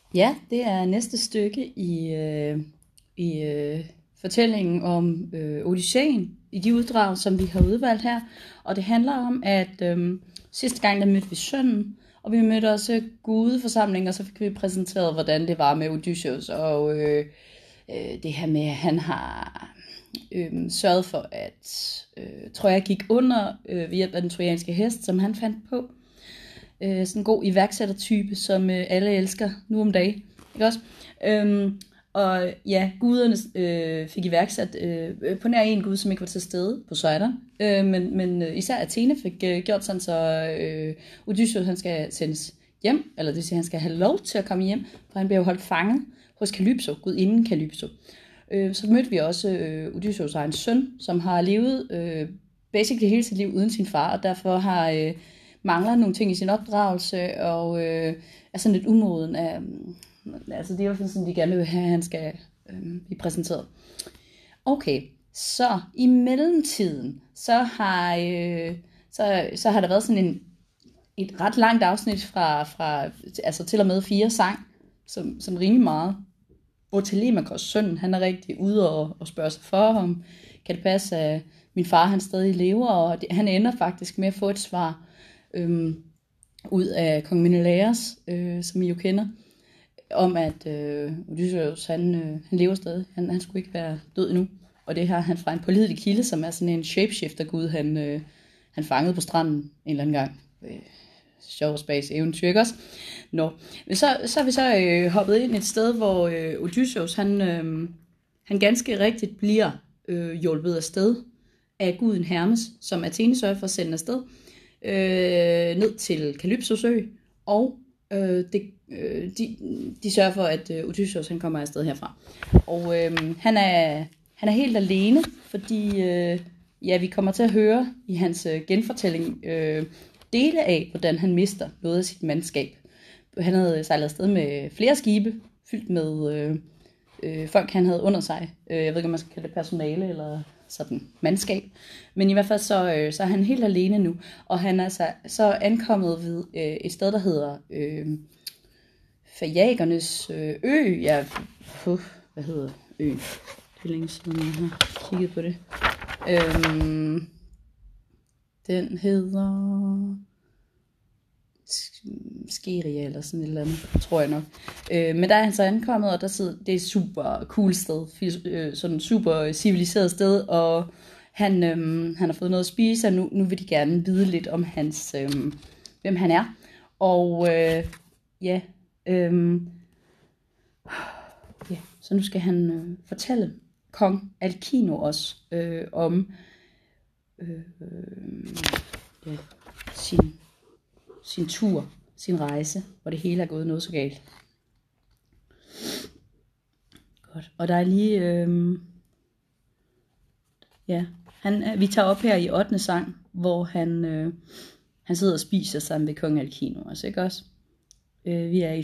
Ja, det er næste stykke i fortællingen om Odysseen, i de uddrag, som vi har udvalgt her. Og det handler om, at sidste gang, der mødte vi sønnen, og vi mødte også gudeforsamlingen, og så fik vi præsenteret, hvordan det var med Odysseus, og det her med, at han har sørget for, at Troja gik under ved hjælp af den trojanske hest, som han fandt på. Sådan en god iværksættertype, som alle elsker nu om dagen. Ikke også? Og ja, guderne fik iværksat på nær en gud, som ikke var til stede, Poseidon. Men især Athene fik gjort sådan, så Odysseus han skal sendes hjem, eller det vil sige, han skal have lov til at komme hjem, for han bliver jo holdt fanget hos Calypso, gudinden Calypso. Så mødte vi også Odysseus' egen søn, som har levet basically hele sit liv uden sin far, og derfor har mangler nogle ting i sin opdragelse, og er sådan lidt umoden af, altså det er i hvert fald sådan, de gerne vil have, at han skal blive præsenteret. Okay, så i mellemtiden, så har der været sådan et ret langt afsnit fra altså til og med 4 sang, som rimelig meget, hvor Telemachos søn, han er rigtig ude og spørge sig for ham. Kan det passe, at min far han stadig lever? Og han ender faktisk med at få et svar ud af kong Menelaos, som I jo kender, om at Odysseus han lever stadig. Han skulle ikke være død endnu. Og det her han fra en pålidelig kilde, som er sådan en shapeshifter-gud, han fangede på stranden en eller anden gang. Sjov space eventyr, ikke også? Nå. Men så er vi så hoppet ind et sted, hvor Odysseus han ganske rigtigt bliver hjulpet afsted af guden Hermes, som Athene sørger for at sende afsted ned til Calypsos ø, og de sørger for, at Odysseus han kommer afsted herfra. Og han er helt alene, fordi vi kommer til at høre i hans genfortælling dele af, hvordan han mister noget af sit mandskab. Han havde sejlet afsted med flere skibe, fyldt med folk, han havde under sig. Jeg ved ikke, om man skal kalde det personale eller sådan mandskab. Men i hvert fald så er han helt alene nu. Og han er så ankommet ved et sted, der hedder Fajagernes ø. Ja, hvad hedder øen? Det er længe siden, jeg har kigget på det. Den hedder Skeria eller sådan et eller andet, tror jeg nok. Men der er han så ankommet, og der sidder, det er et super cool sted, sådan super civiliseret sted, og han har fået noget at spise, og nu vil de gerne vide lidt om hans, hvem han er. Og så nu skal han fortælle kong Alkinoos om sin tur, sin rejse, hvor det hele er gået noget så galt. Godt. Og der er lige vi tager op her i 8. sang, hvor han sidder og spiser sammen med kong Alkinoos, ikke også? Vi er i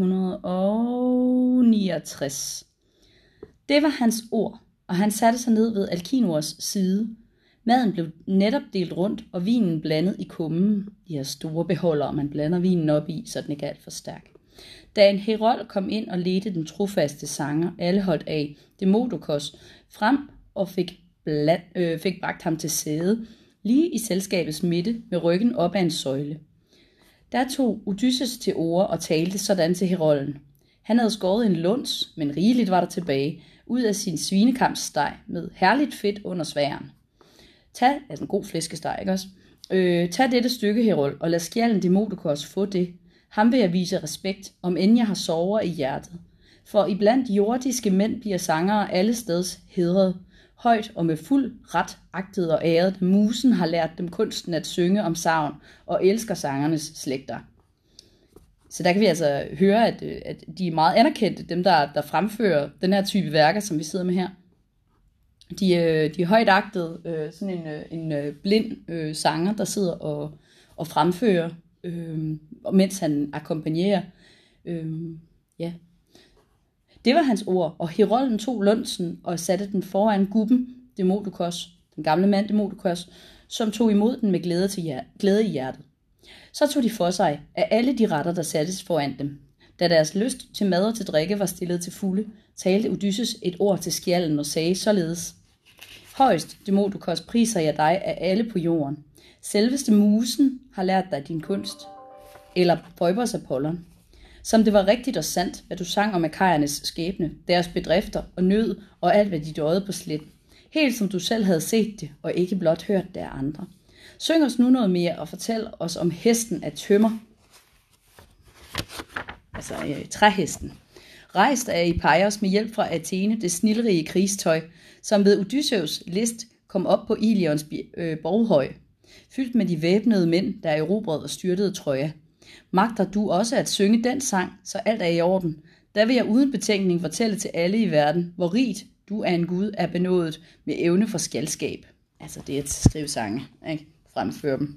469. Det var hans ord, og han satte sig ned ved Alkinoos side. Maden blev netop delt rundt, og vinen blandet i kummen. De her store beholdere, man blander vinen op i, så den ikke er alt for stærk. Da en herold kom ind og ledte den trofaste sanger, alle holdt af, Demodokos, frem og fik bragt ham til sæde, lige i selskabets midte med ryggen op ad en søjle. Der tog Odysseus til orde og talte sådan til herolden. Han havde skåret en luns, men rigeligt var der tilbage, ud af sin svinekampssteg med herligt fedt under sværen. Tag, altså en god flæskesteg, ikke også? Tag dette stykke, herold, og lad skjalden Demodokos få det. Ham vil jeg vise respekt, om end jeg har sorger i hjertet. For iblandt jordiske mænd bliver sangere alle steds hedret, højt og med fuld ret agtet og æret, da musen har lært dem kunsten at synge om sagn og elsker sangernes slægter. Så der kan vi altså høre, at de er meget anerkendte, dem der fremfører den her type værker, som vi sidder med her. De er højt agtet, sådan en blind sanger, der sidder og fremfører, mens han akkompagnerer. Det var hans ord, og herolden tog lunsen og satte den foran gubben Demodokos, den gamle mand Demodokos, som tog imod den med glæde i hjertet. Så tog de for sig af alle de retter, der sattes foran dem. Da deres lyst til mad og til drikke var stillet til fulde, talte Odysseus et ord til skjalden og sagde således: Højst, Demodokos, priser jeg dig af alle på jorden. Selveste musen har lært dig din kunst. Eller Phoebos Apollon. Som det var rigtigt og sandt, hvad du sang om akajernes skæbne, deres bedrifter og nød og alt, hvad de døjede på slet. Helt som du selv havde set det, og ikke blot hørt det af andre. Syng os nu noget mere og fortæl os om hesten af tømmer. Altså træhesten. Rejst af Epeios med hjælp fra Athene det snilrige krigstøj, som ved Odysseus list kom op på Ilions borghøj, fyldt med de væbnede mænd, der erobrede og styrtede Troja. Magter du også at synge den sang, så alt er i orden? Der vil jeg uden betænkning fortælle til alle i verden, hvor rigt du af en gud er benådet med evne for skaldskab. Altså det er at skrive sange, ikke? Fremføre dem.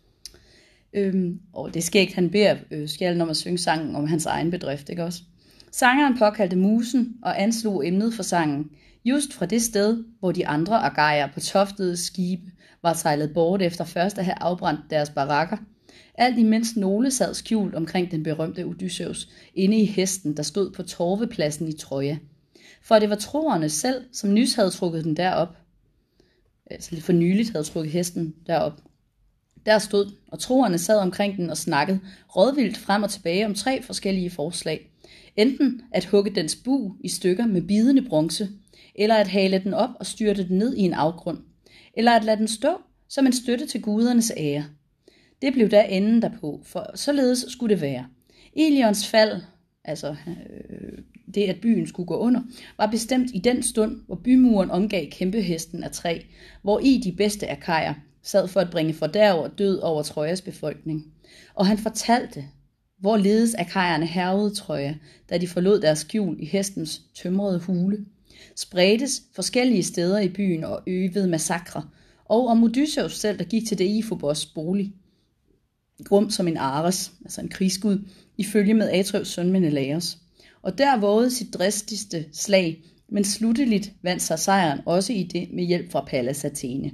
Og det er skægt, han beder skjalden om at synge sangen om hans egen bedrift, ikke også? Sangeren påkaldte musen og anslog emnet for sangen, just fra det sted, hvor de andre argeier på toftede skibe var sejlet bort efter først at have afbrændt deres barakker. Alt imens nogle sad skjult omkring den berømte Odysseus, inde i hesten, der stod på torvepladsen i Troja. For det var troerne selv, som nys havde trukket den derop. Altså lidt for nyligt havde trukket hesten derop. Der stod, og troerne sad omkring den og snakkede rådvildt frem og tilbage om 3 forskellige forslag. Enten at hugge dens bug i stykker med bidende bronze, eller at hale den op og styrte den ned i en afgrund, eller at lade den stå som en støtte til gudernes ære. Det blev da enden derpå, for således skulle det være. Ilions fald, altså det at byen skulle gå under, var bestemt i den stund, hvor bymuren omgav kæmpehesten af træ, hvor i de bedste akaier sad for at bringe fordærv og død over Trojas befolkning. Og han fortalte, hvorledes akaierne hærgede Troja, da de forlod deres skjul i hestens tømrede hule, spredtes forskellige steder i byen og øvede massakre, og om Odysseus selv, der gik til Deifobos bolig, grum som en Ares, altså en krigsgud, i følge med Atreus søn Menelaos. Og der vågede sit dristigste slag, men slutteligt vandt sig sejren også i det med hjælp fra Pallas Athene.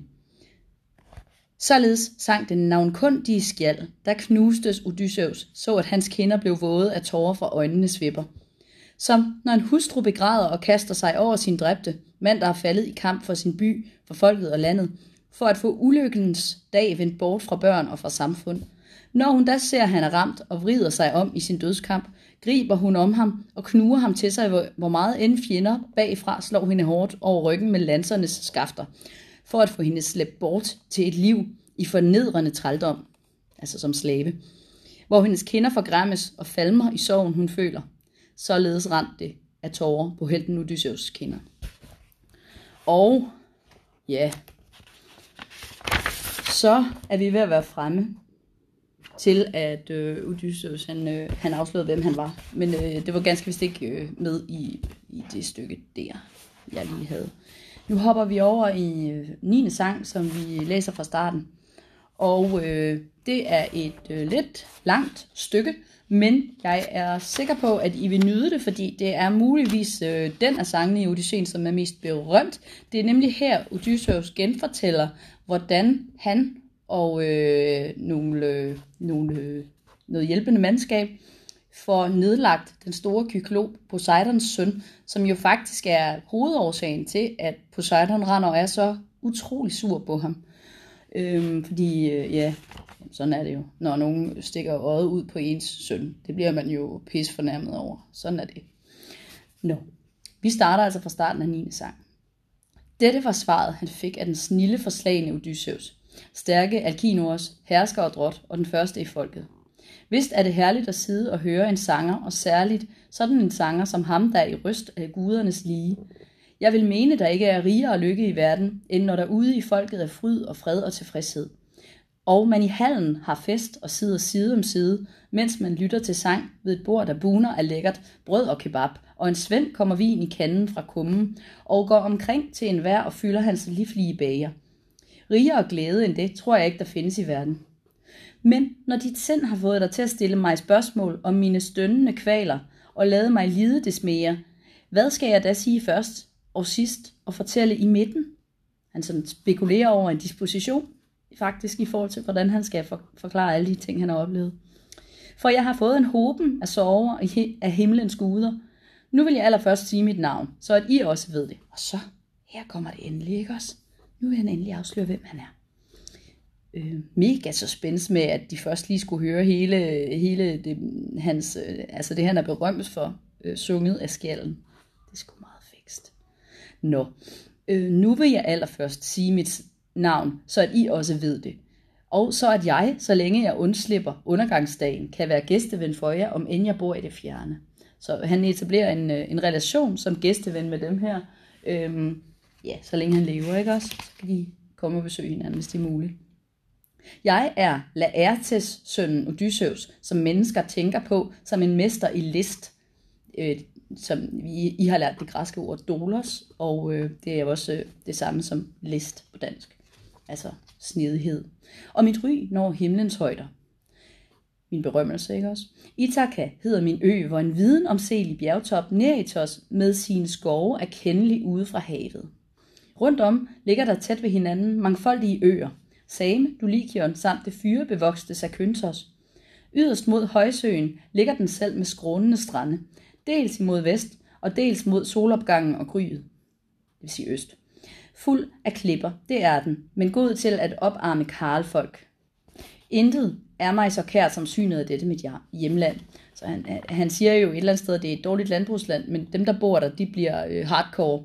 Således sang den navnkundige skjald, der knustes Odysseus, så at hans kinder blev våde af tårer fra øjnenes vipper. Som når en hustru begræder og kaster sig over sin dræbte, mand der er faldet i kamp for sin by, for folket og landet, for at få ulykkens dag vendt bort fra børn og fra samfund. Når hun da ser, at han er ramt og vrider sig om i sin dødskamp, griber hun om ham og knuger ham til sig, hvor meget end fjender bagfra slår hende hårdt over ryggen med lansernes skafter, for at få hende slæbt bort til et liv i fornedrende trældom, altså som slave, hvor hendes kinder forgræmmes og falmer i sorgen, hun føler. Således rent det af tårer på helten Odysseus kinder. Og ja, så er vi ved at være fremme til, at Odysseus han afslørede, hvem han var. Men det var ganske vist ikke med i det stykke der, jeg lige havde. Nu hopper vi over i 9. sang, som vi læser fra starten. Og det er et lidt langt stykke, men jeg er sikker på, at I vil nyde det, fordi det er muligvis den af sangene i Odysseen, som er mest berømt. Det er nemlig her, Odysseus genfortæller, hvordan han og noget hjælpende mandskab får nedlagt den store kyklop, Poseidons søn, som jo faktisk er hovedårsagen til, at Poseidon render og er så utrolig sur på ham. Fordi, ja, sådan er det jo, når nogen stikker øjet ud på ens søn. Det bliver man jo pis fornærmet over. Sådan er det. Nå, vi starter altså fra starten af 9. sang. Dette var svaret, han fik af den snilde forslagne Odysseus, stærke Alkinoos, hersker og drot og den første i folket. Vist er det herligt at sidde og høre en sanger, og særligt sådan en sanger som ham, der er i røst af gudernes lige. Jeg vil mene, der ikke er rigere og lykke i verden, end når der ude i folket er fryd og fred og tilfredshed. Og man i hallen har fest og sidder side om side, mens man lytter til sang ved et bord, der buner af lækkert brød og kebab, og en svend kommer vin i kanden fra kummen, og går omkring til enhver og fylder hans livlige bager. Rigere og glæde end det, tror jeg ikke, der findes i verden. Men når dit sind har fået dig til at stille mig spørgsmål om mine stønnende kvaler, og lade mig lide des mere, hvad skal jeg da sige først og sidst og fortælle i midten? Han sådan spekulerer over en disposition, faktisk i forhold til, hvordan han skal forklare alle de ting, han har oplevet. For jeg har fået en hoben af sorger af himlens guder. Nu vil jeg allerførst sige mit navn, så at I også ved det. Og så, her kommer det endelig, ikke også? Nu vil han endelig afsløre, hvem han er. Mega suspense med, at de først lige skulle høre hele det, hans, altså det han er berømt for, sunget af skjalden. Det er sgu meget fikst. Nå, nu vil jeg allerførst sige mit navn, så at I også ved det. Og så at jeg, så længe jeg undslipper undergangsdagen, kan være gæsteven for jer, om end jeg bor i det fjerne. Så han etablerer en relation som gæsteven med dem her. Ja, så længe han lever, ikke også? Så kan de komme og besøge hinanden, hvis det er muligt. Jeg er Laertes sønnen Odysseus, som mennesker tænker på som en mester i list. Som I har lært det græske ord dolos, og det er også det samme som list på dansk. Altså snedighed. Og mit ry når himlens højder. Min berømmelse, ikke også? Ithaka hedder min ø, hvor en viden omselig bjergtop Neritos med sine skove er kendelig ude fra havet. Rundt om ligger der tæt ved hinanden mangfoldige øer. Same, Dulikion samt det fyrebevokste Zakynthos. Yderst mod højsøen ligger den selv med skrånende strande, dels imod vest og dels mod solopgangen og gryet, det vil sige øst. Fuld af klipper, det er den, men god til at oparme karlfolk. Intet er mig så kært som synet af dette mit hjemland. Så han siger jo et eller andet sted, at det er et dårligt landbrugsland, men dem der bor der, de bliver hardcore.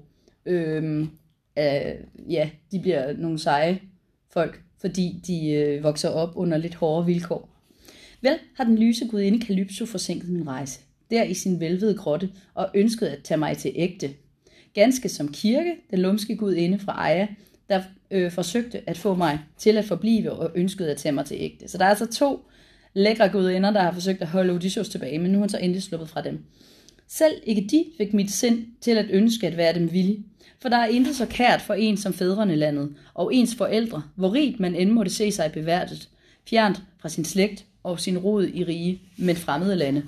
Ja, de bliver nogle seje folk, fordi de vokser op under lidt hårde vilkår. Vel har den lyse gudinde Kalypso forsinket min rejse, der i sin velvede grotte, og ønskede at tage mig til ægte. Ganske som Kirke, den lumske gudinde fra Aja, der forsøgte at få mig til at forblive og ønskede at tage mig til ægte. Så der er altså 2 lækre gudinder, der har forsøgt at holde Odysseus tilbage, men nu er han så endelig sluppet fra dem. Selv ikke de fik mit sind til at ønske at være dem villig. For der er intet så kært for en som fædrene landet, og ens forældre, hvor rigt man end måtte se sig beværtet, fjernt fra sin og sin rod i rige, men fremmede lande.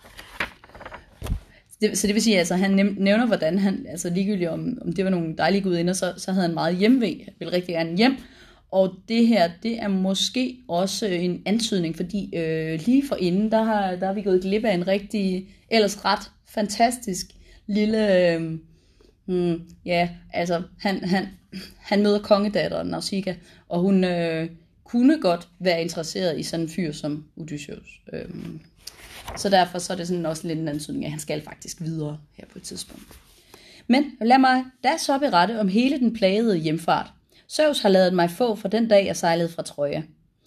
Så det vil sige, altså han nævner, hvordan han, altså ligegyldigt om det var nogle dejlige gudinder, så havde han meget hjemve, han ville rigtig gerne hjem. Og det her, det er måske også en antydning, fordi lige forinden, der har vi gået glip af en rigtig, ellers ret fantastisk lille, ja, altså han møder kongedatteren Nausicaa, og hun kunne godt være interesseret i sådan en fyr som Odysseus. Så derfor så er det sådan også lidt en antydning, at han skal faktisk videre her på et tidspunkt. Men lad mig da så berette om hele den plagede hjemfart. Zeus har ladet mig få fra den dag, jeg sejlede fra Troja.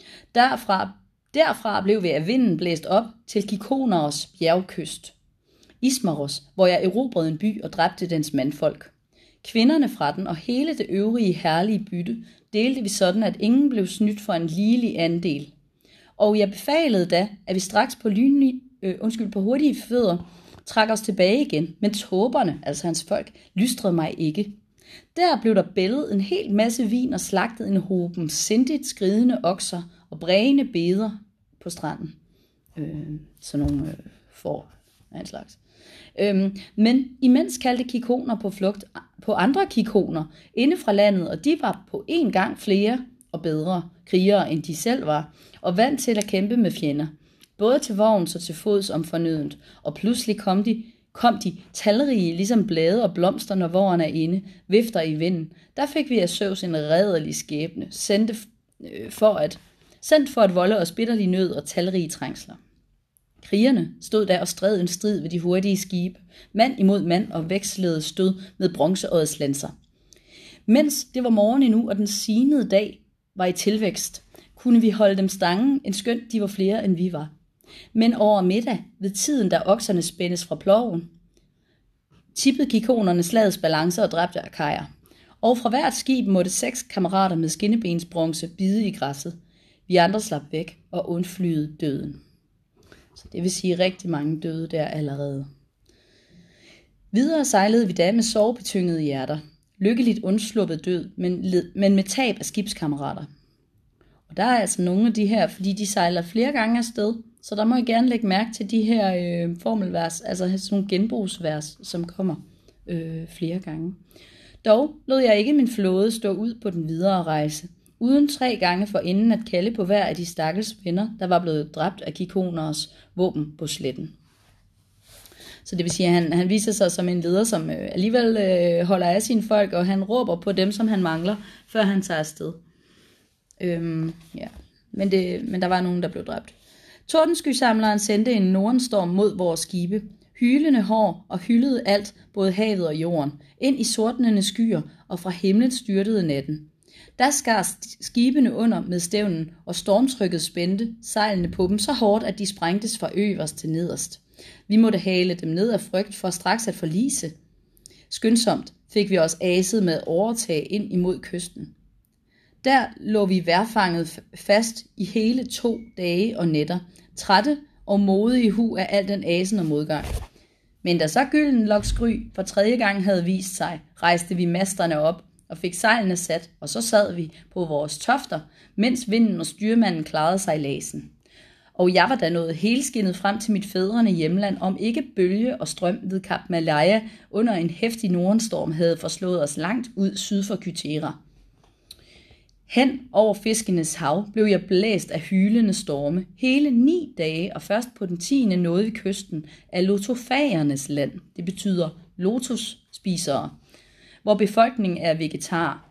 Derfra blev vi af vinden blæst op til Kikoneros bjergkyst. Ismaros, hvor jeg erobrede en by og dræbte dens mandfolk. Kvinderne fra den og hele det øvrige herlige bytte delte vi sådan, at ingen blev snydt for en ligelig andel. Og jeg befalede da, at vi straks på hurtige fødder trak os tilbage igen, men tåberne, altså hans folk, lystrede mig ikke. Der blev der bællet en hel masse vin og slagtet en hoben sindigt skridende okser og brægende beder på stranden. Sådan nogle får af en slags. Men imens kaldte kikoner på flugt på andre kikoner inde fra landet, og de var på en gang flere og bedre krigere, end de selv var, og vant til at kæmpe med fjender, både til vogns og til fods om fornødent, og pludselig kom de talrige, ligesom blade og blomster, når våren er inde, vifter i vinden. Der fik vi af Zeus en rædderlig skæbne, sendt for at volde os bitterlig nød og talrige trængsler. Krigerne stod der og stred en strid ved de hurtige skibe, mand imod mand og vekslede stød med bronzeådslanser. Mens det var morgen endnu, og den sinede dag var i tilvækst, kunne vi holde dem stangen, en skønt de var flere end vi var. Men over middag, ved tiden da okserne spændes fra ploven, tippede kikonerne slagets balance og dræbte akajer. Og fra hvert skib måtte 6 kammerater med skinnebensbronze bide i græsset. Vi andre slap væk og undflyede døden. Så det vil sige rigtig mange døde der allerede. Videre sejlede vi da med sorgbetyngede hjerter. Lykkeligt undsluppet død, men med tab af skibskammerater. Og der er altså nogle af de her, fordi de sejler flere gange afsted, så der må I gerne lægge mærke til de her formelvers, altså sådan nogle genbrugsvers, som kommer flere gange. Dog lod jeg ikke min flåde stå ud på den videre rejse. uden 3 gange for inden at kalde på hver af de stakkels venner, der var blevet dræbt af Kikoners våben på sletten. Så det vil sige, at han viser sig som en leder, som alligevel holder af sine folk, og han råber på dem, som han mangler, før han tager afsted. Ja. Men der var nogen, der blev dræbt. Tordenskysamleren sendte en nordenstorm mod vores skibe. Hylende hår og hyldede alt, både havet og jorden, ind i sortnende skyer, og fra himlen styrtede natten. Der skar skibene under med stævnen, og stormtrykket spændte sejlene på dem så hårdt, at de sprængtes fra øverst til nederst. Vi måtte hale dem ned af frygt for straks at forlise. Skynsomt fik vi os aset med at overtage ind imod kysten. Der lå vi vejrfanget fast i hele 2 dage og nætter, trætte og modige hu af al den asen og modgang. Men da så Gyldenloks gry for 3. gang havde vist sig, rejste vi masterne op og fik sejlene sat, og så sad vi på vores tofter, mens vinden og styrmanden klarede sejladsen. Og jeg var da nået helskindet frem til mit fædrene hjemland, om ikke bølge og strøm ved Kap Malaya under en heftig nordenstorm havde forslået os langt ud syd for Kythera. Hen over fiskenes hav blev jeg blæst af hylende storme hele 9 dage, og først på den 10. nåede vi kysten af lotofagernes land. Det betyder lotusspisere, hvor befolkningen er vegetarer.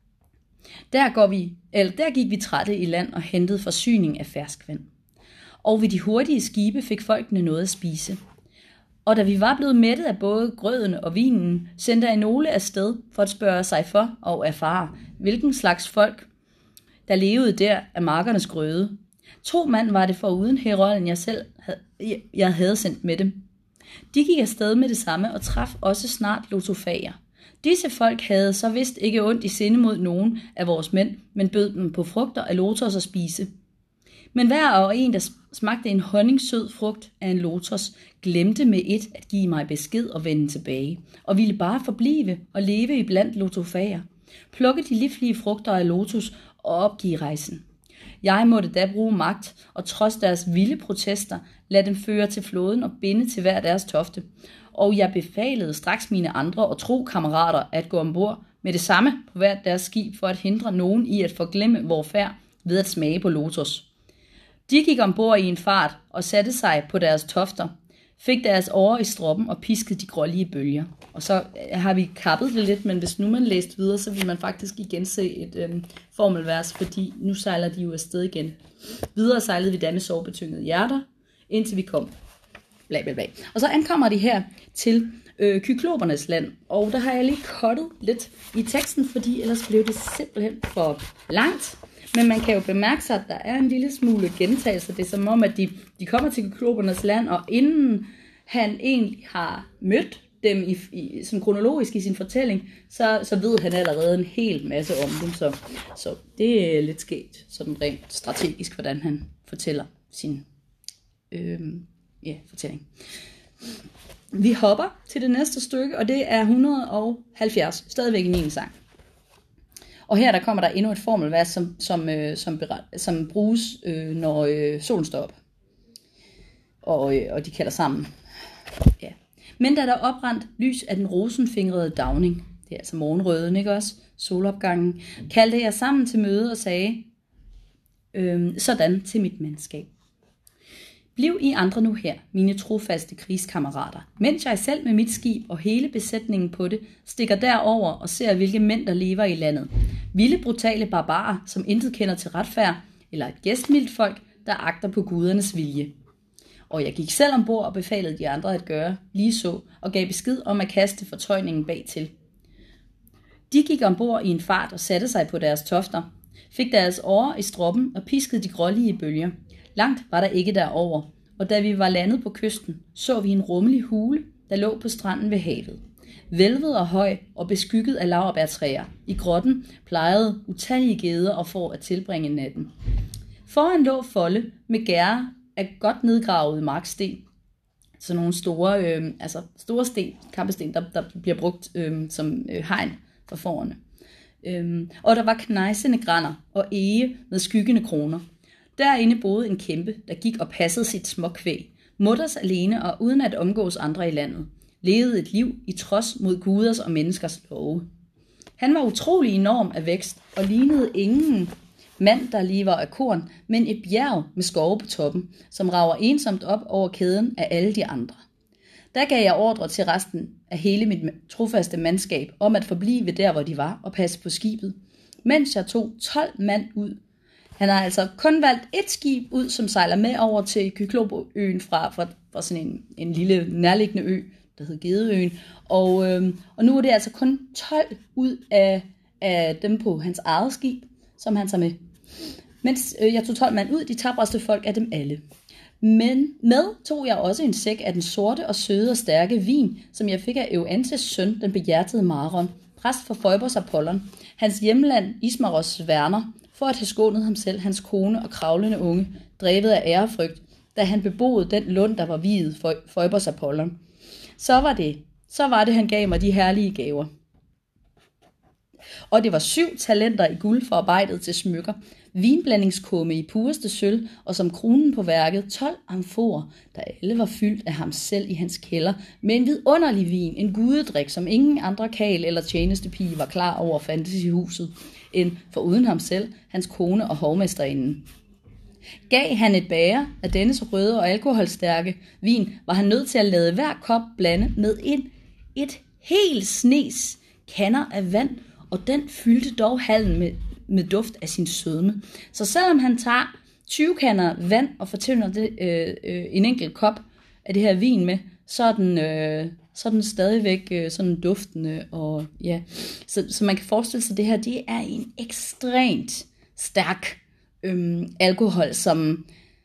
Der gik vi trætte i land og hentede forsyning af ferskvand. Og ved de hurtige skibe fik folkene noget at spise. Og da vi var blevet mættet af både grøden og vinen, sendte Enole afsted for at spørge sig for og erfare, hvilken slags folk, der levede der af markernes grøde. 2 mand var det foruden herolden, jeg havde sendt med dem. De gik afsted med det samme og traf også snart lotofager. Disse folk havde så vist ikke ondt i sinde mod nogen af vores mænd, men bød dem på frugter af lotos at spise. Men hver og en, der smagte en honningsød frugt af en lotos, glemte med et at give mig besked og vende tilbage, og ville bare forblive og leve iblandt lotofager, plukke de livlige frugter af lotus og opgive rejsen. Jeg måtte da bruge magt, og trods deres vilde protester, lade dem føre til floden og binde til hver deres tofte, og jeg befalede straks mine andre og tro kammerater at gå ombord med det samme på hvert deres skib for at hindre nogen i at forglemme vor færd ved at smage på lotus. De gik ombord i en fart og satte sig på deres tofter, fik deres årer i stroppen og piskede de grålige bølger. Og så har vi kappet det lidt, men hvis nu man læste videre, så vil man faktisk igen se et formelvers, fordi nu sejler de jo afsted igen. Videre sejlede vi da med sorgbetyngede hjerter, indtil vi kom. Bla, bla, bla. Og så ankommer de her til Kyklopernes land, og der har jeg lige cuttet lidt i teksten, fordi ellers blev det simpelthen for langt. Men man kan jo bemærke sig, at der er en lille smule gentagelse. Det er som om, at de kommer til Kyklopernes land, og inden han egentlig har mødt dem sådan kronologisk i sin fortælling, så ved han allerede en hel masse om dem. Så det er lidt skægt, sådan rent strategisk, hvordan han fortæller sin fortælling. Vi hopper til det næste stykke, og det er 170, stadigvæk en 9. sang. Og her der kommer der endnu et formelvers, som bruges, når solen står op. Og de kalder sammen. Ja. Men da der oprandt lys af den rosenfingrede dagning, det er altså morgenrøden, ikke også? Solopgangen, kaldte jeg sammen til møde og sagde, sådan til mit mandskab. Bliv I andre nu her, mine trofaste krigskammerater, mens jeg selv med mit skib og hele besætningen på det stikker derover og ser, hvilke mænd, der lever i landet. Vilde, brutale barbarer, som intet kender til retfærd, eller et gæstmildt folk, der agter på gudernes vilje. Og jeg gik selv ombord og befalede de andre at gøre lige så, og gav besked om at kaste fortøjningen bagtil. De gik ombord i en fart og satte sig på deres tofter, fik deres årer i stroppen og piskede de grålige bølger. Langt var der ikke derover, og da vi var landet på kysten, så vi en rummelig hule, der lå på stranden ved havet. Vælvet og høj og beskygget af laurbærtræer. I grotten plejede utallige geder og får at tilbringe natten. Foran lå folde med gærre af godt nedgravede marksten. Så nogle store sten, kampesten, der bliver brugt som hegn for forerne. Og der var knejsende grænder og ege med skyggende kroner. Derinde boede en kæmpe, der gik og passede sit småkvæg, mutters alene og uden at omgås andre i landet, levede et liv i trods mod guders og menneskers love. Han var utrolig enorm af vækst og lignede ingen mand, der lige var af korn, men et bjerg med skove på toppen, som rager ensomt op over kæden af alle de andre. Der gav jeg ordre til resten af hele mit trofaste mandskab om at forblive der, hvor de var, og passe på skibet, mens jeg tog 12 mand ud. Han har altså kun valgt et skib ud, som sejler med over til Kykloboøen fra sådan en lille nærliggende ø, der hedder Gedeøen. Og nu er det altså kun 12 ud af dem på hans eget skib, som han tager med. Mens jeg tog 12 mand ud, de tabreste folk af dem alle. Men med tog jeg også en sæk af den sorte og søde og stærke vin, som jeg fik af Euantes søn, den behjertede Maron, præst for Phoebos Apollon, hans hjemland Ismaros værner, for at have skånet ham selv, hans kone og kravlende unge, drevet af ærefrygt, da han beboede den lund, der var viet for Phoebos Apollon. Så var det, han gav mig de herlige gaver. Og det var 7 talenter i guld forarbejdet til smykker, vinblandingskumme i pureste sølv, og som kronen på værket 12 amforer, der alle var fyldt af ham selv i hans kælder, med en vidunderlig vin, en gudedrik, som ingen andre kal eller tjenestepige var klar over fandtes i huset, end foruden ham selv, hans kone og hovmesterinden. Gav han et bæger af dennes røde og alkoholstærke vin, var han nødt til at lade hver kop blande med et helt snes kander af vand, og den fyldte dog hallen med duft af sin sødme. Så selvom han tager 20 kander vand og fortynder en enkelt kop af det her vin med, så er den stadigvæk sådan duftende. Og, ja. Så man kan forestille sig, at det her det er en ekstremt stærk alkohol, som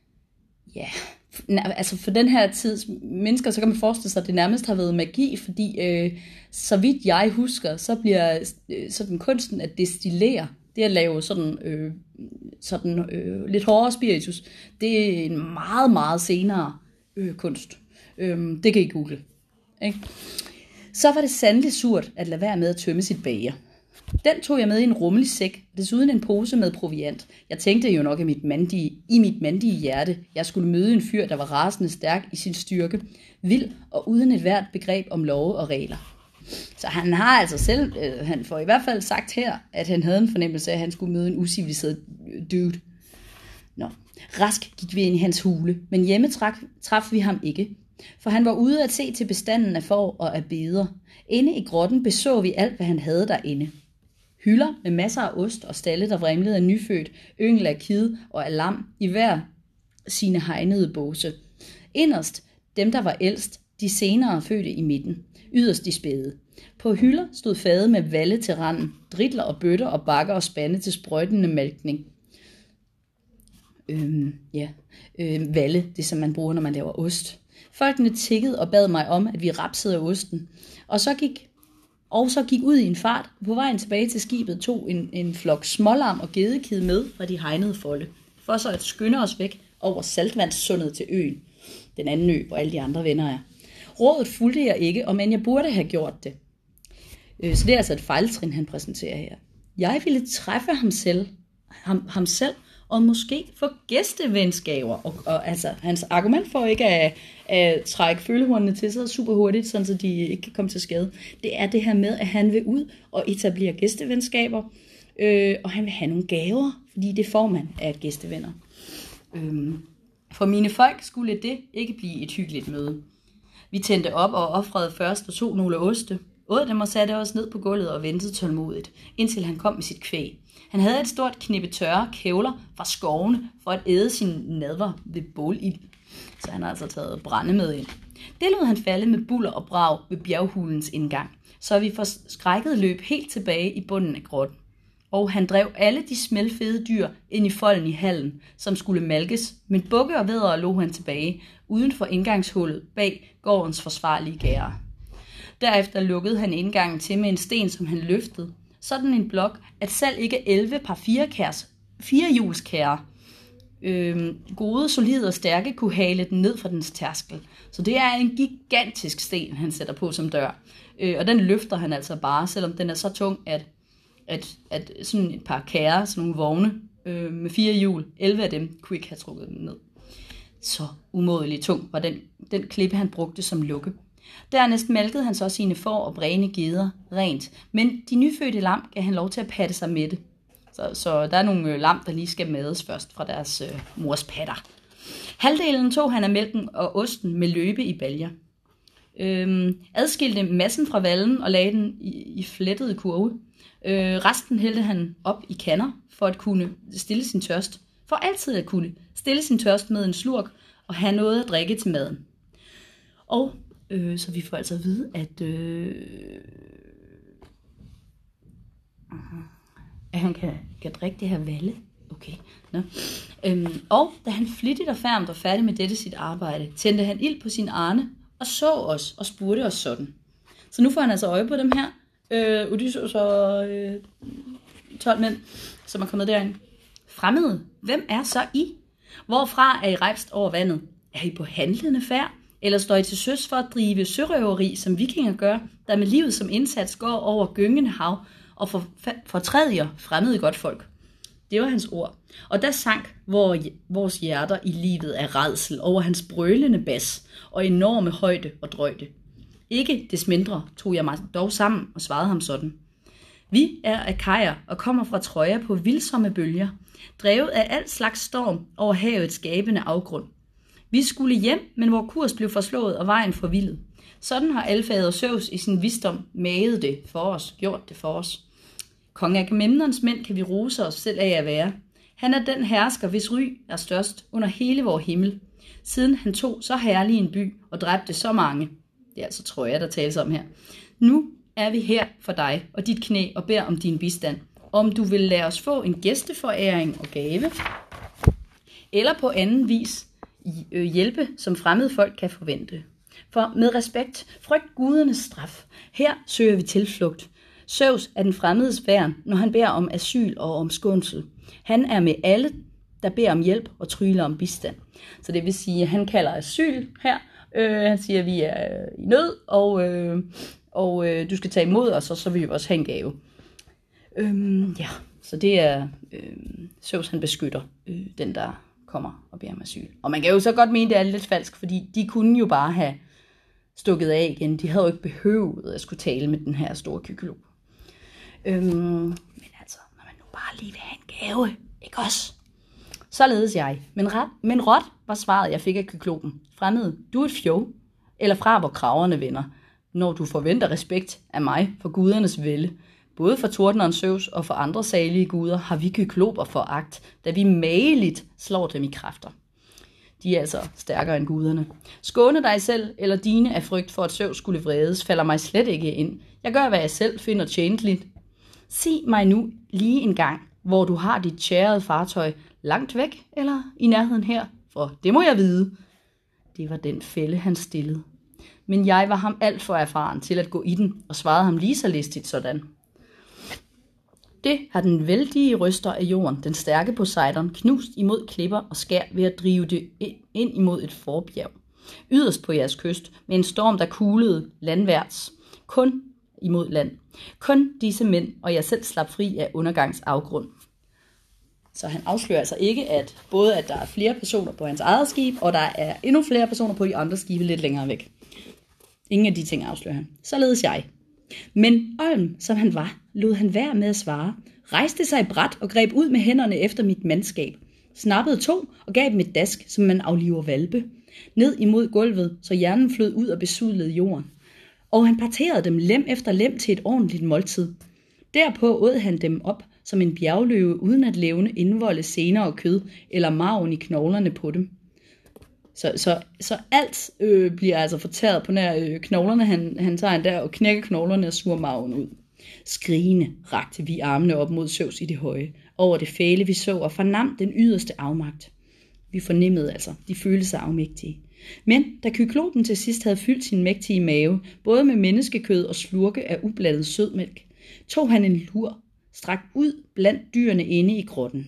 altså for den her tids mennesker, så kan man forestille sig, at det nærmest har været magi, fordi så vidt jeg husker, så bliver sådan kunsten at destillere, det at lave sådan lidt hårdere spiritus, det er en meget, meget senere kunst. Det kan I google. Ikke? Så var det sandelig surt at lade være med at tømme sit bager. Den tog jeg med i en rummelig sæk, desuden en pose med proviant. Jeg tænkte jo nok i mit mandige hjerte, jeg skulle møde en fyr, der var rasende stærk i sin styrke, vild og uden et hvert begreb om love og regler. Så han har altså selv, han får i hvert fald sagt her, at han havde en fornemmelse af, at han skulle møde en uciviliseret dude. Nå, rask gik vi ind i hans hule, men hjemme traf vi ham ikke, for han var ude at se til bestanden af får og af beder. Inde i grotten beså vi alt, hvad han havde derinde. Hylder med masser af ost og stalle, der vrimlede af nyfødt, yngel af kid og af lam i hver sine hegnede båse. Inderst dem, der var ældst, de senere fødte i midten, yderst de spæde. På hylder stod fade med valle til randen, dritler og bøtter og bakker og spande til sprøjtende malkning. Valle, det som man bruger, når man laver ost. Folkene tikkede og bad mig om, at vi rapsede af osten, og så gik ud i en fart. På vejen tilbage til skibet tog en flok smålam og gedekid med fra de hegnede folde, for så at skynde os væk over saltvandssundet til øen, den anden ø, hvor alle de andre venner er. Rådet fulgte jeg ikke, om end jeg burde have gjort det. Så det er altså et fejltrin, han præsenterer her. Jeg ville træffe ham selv og måske få gæstevenskaber. Og altså, hans argument for ikke at trække følehornene til sig super hurtigt, sådan så de ikke kan komme til skade, det er det her med, at han vil ud og etablere gæstevenskaber, og han vil have nogle gaver, fordi det får man af gæstevenner. For mine folk skulle det ikke blive et hyggeligt møde. Vi tændte op og ofrede først og tog nogle oste, åd dem og satte os ned på gulvet og ventede tålmodigt, indtil han kom med sit kvæg. Han havde et stort knippe tørre kævler fra skovene for at æde sine nadver ved bålild. Så han har altså taget brænde med ind. Det lod han falde med buller og brag ved bjerghulens indgang, så vi forskrækket løb helt tilbage i bunden af grotten. Og han drev alle de smælfede dyr ind i folden i hallen, som skulle malkes, men bukke og vædder lå han tilbage, uden for indgangshullet bag gårdens forsvarlige gære. Derefter lukkede han indgangen til med en sten, som han løftede, sådan en blok, at selv ikke 11 par firehjulskærer, gode, solide og stærke, kunne hale den ned fra dens tærskel. Så det er en gigantisk sten, han sætter på som dør. Og den løfter han altså bare, selvom den er så tung, at sådan et par kærer, sådan nogle vogne med 4 hjul, 11 af dem kunne ikke have trukket den ned. Så umådeligt tung var den klippe, han brugte som lukke. Dernæst malkede han så sine får og bræne geder rent, men de nyfødte lam gav han lov til at patte sig med det. Så der er nogle lam, der lige skal mades først fra deres mors patter. Halvdelen tog han af mælken og osten med løbe i baljer. Adskilte massen fra vallen og lagde den i flettede kurve. Resten hældte han op i kander for at kunne stille sin tørst. For altid at kunne stille sin tørst med en slurk og have noget at drikke til maden. Og så vi får altså at vide, at han kan drikke det her valle. Okay. Nå. Og da han flittigt og færmt var færdig med dette sit arbejde, tændte han ild på sin arne og så os og spurgte os sådan. Så nu får han altså øje på dem her. Odysseus og 12 mænd, som er kommet derind. Fremmede, hvem er så I? Hvorfra er I rejst over vandet? Er I på handlende færd? Eller står I til søs for at drive sørøveri, som vikinger gør, der med livet som indsats går over gyngende hav og fortræder fremmede godt folk? Det var hans ord. Og der sank vores hjerter i livet af rædsel over hans brølende bas og enorme højde og drøjde. Ikke des mindre tog jeg mig dog sammen og svarede ham sådan. Vi er akajer og kommer fra Troja på vildsomme bølger, drevet af al slags storm over havets skabende afgrund. Vi skulle hjem, men vor kurs blev forslået og vejen forvildet. Sådan har alfader Zeus i sin visdom maget det for os, gjort det for os. Kong Agamemnons mænd kan vi rose os selv af at være. Han er den hersker, hvis ry er størst under hele vor himmel, siden han tog så herlig en by og dræbte så mange. Det er altså Troja, der tales om her. Nu er vi her for dig og dit knæ og beder om din bistand. Om du vil lade os få en gæsteforæring og gave, eller på anden vis hjælpe, som fremmede folk kan forvente. For med respekt, frygt gudernes straf. Her søger vi tilflugt. Zeus er den fremmedes værn, når han beder om asyl og om skånsel. Han er med alle, der beder om hjælp og tryller om bistand. Så det vil sige, at han kalder asyl her. Han siger, at vi er i nød, og du skal tage imod os, og så vil vi også have en gave. Så det er Zeus, han beskytter den, der kommer og beder om asyl. Og man kan jo så godt mene, det er lidt falsk, fordi de kunne jo bare have stukket af igen. De havde jo ikke behøvet at skulle tale med den her store kyklop. Men altså, når man nu bare lige vil have en gave, ikke også? Således jeg. Men råt var svaret, jeg fik af kyklopen. Fremmede, du er et fjov, eller fra hvor kraverne vender, når du forventer respekt af mig for gudernes vælde. Både for tordneren Zeus og for andre salige guder har vi kykloper foragt, da vi mageligt slår dem i kræfter. De er altså stærkere end guderne. Skåne dig selv eller dine af frygt for, at Zeus skulle vredes, falder mig slet ikke ind. Jeg gør, hvad jeg selv finder tjenligt. Sig mig nu lige en gang, hvor du har dit tjærede fartøj langt væk eller i nærheden her, for det må jeg vide. Det var den fælde, han stillede. Men jeg var ham alt for erfaren til at gå i den, og svarede ham lige så listigt sådan. Det har den vældige ryster af jorden, den stærke Poseidon, knust imod klipper og skær ved at drive det ind imod et forbjerg. Yderst på jeres kyst, med en storm, der kuglede landværts, kun imod land. Kun disse mænd og jeg selv slap fri af undergangsafgrund. Så han afslører altså ikke, at både at der er flere personer på hans eget skib, og der er endnu flere personer på de andre skibe lidt længere væk. Ingen af de ting afslører han. Således jeg. Men olm, som han var, lod han være med at svare, rejste sig brat og greb ud med hænderne efter mit mandskab, snappede 2 og gav dem et dask, som man afliver hvalpe, ned imod gulvet, så hjernen flød ud og besudlede jorden. Og han parterede dem lem efter lem til et ordentligt måltid. Derpå åd han dem op som en bjergløve, uden at levne indvolde sener og kød, eller marven i knoglerne på dem. Så alt bliver altså fortæret på nær knoglerne. Han tager en der og knækker knoglerne og suger marven ud. Skrigende rakte vi armene op mod Zeus i det høje, over det fæle vi så, og fornam den yderste afmagt. Vi fornemmede altså, de følte sig afmægtige. Men da kyklopen til sidst havde fyldt sin mægtige mave, både med menneskekød og slurke af ublandet sødmælk, tog han en lur, strakt ud blandt dyrene inde i grotten.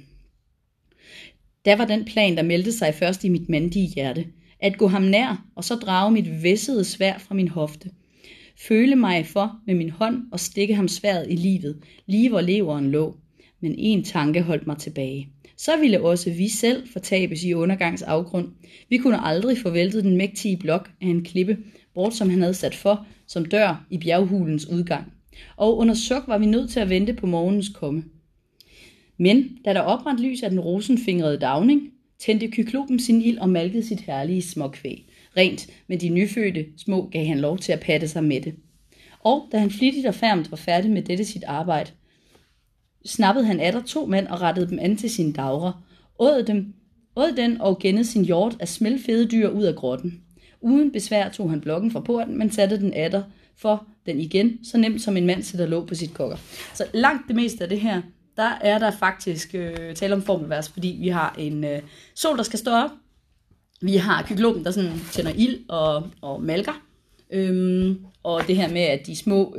Der var den plan, der meldte sig først i mit mandige hjerte, at gå ham nær og så drage mit væssede sværd fra min hofte. Føle mig for med min hånd og stikke ham sværdet i livet, lige hvor leveren lå. Men en tanke holdt mig tilbage. så ville også vi selv fortabes i undergangs afgrund. Vi kunne aldrig få væltet den mægtige blok af en klippe, bort som han havde sat for, som dør i bjerghulens udgang. Og under suk var vi nødt til at vente på morgens komme. Men da der oprandt lys af den rosenfingrede dagning, tændte Kyklopen sin ild og malkede sit herlige småkvæg. Rent, men de nyfødte små gav han lov til at patte sig med det. Og da han flittigt og færmt var færdig med dette sit arbejde, snappede han atter 2 mand og rettede dem an til sine dagre, åd den og gennede sin hjort af smeltfede dyr ud af grotten. Uden besvær tog han blokken fra porten, men satte den atter for den igen, så nemt som en mand sætter låg på sit kokker. Så langt det meste af det her, der er der faktisk tale om formelvers, fordi vi har en sol, der skal stå op. Vi har Kyklopen, der sådan tænder ild og malker. Og det her med, at de små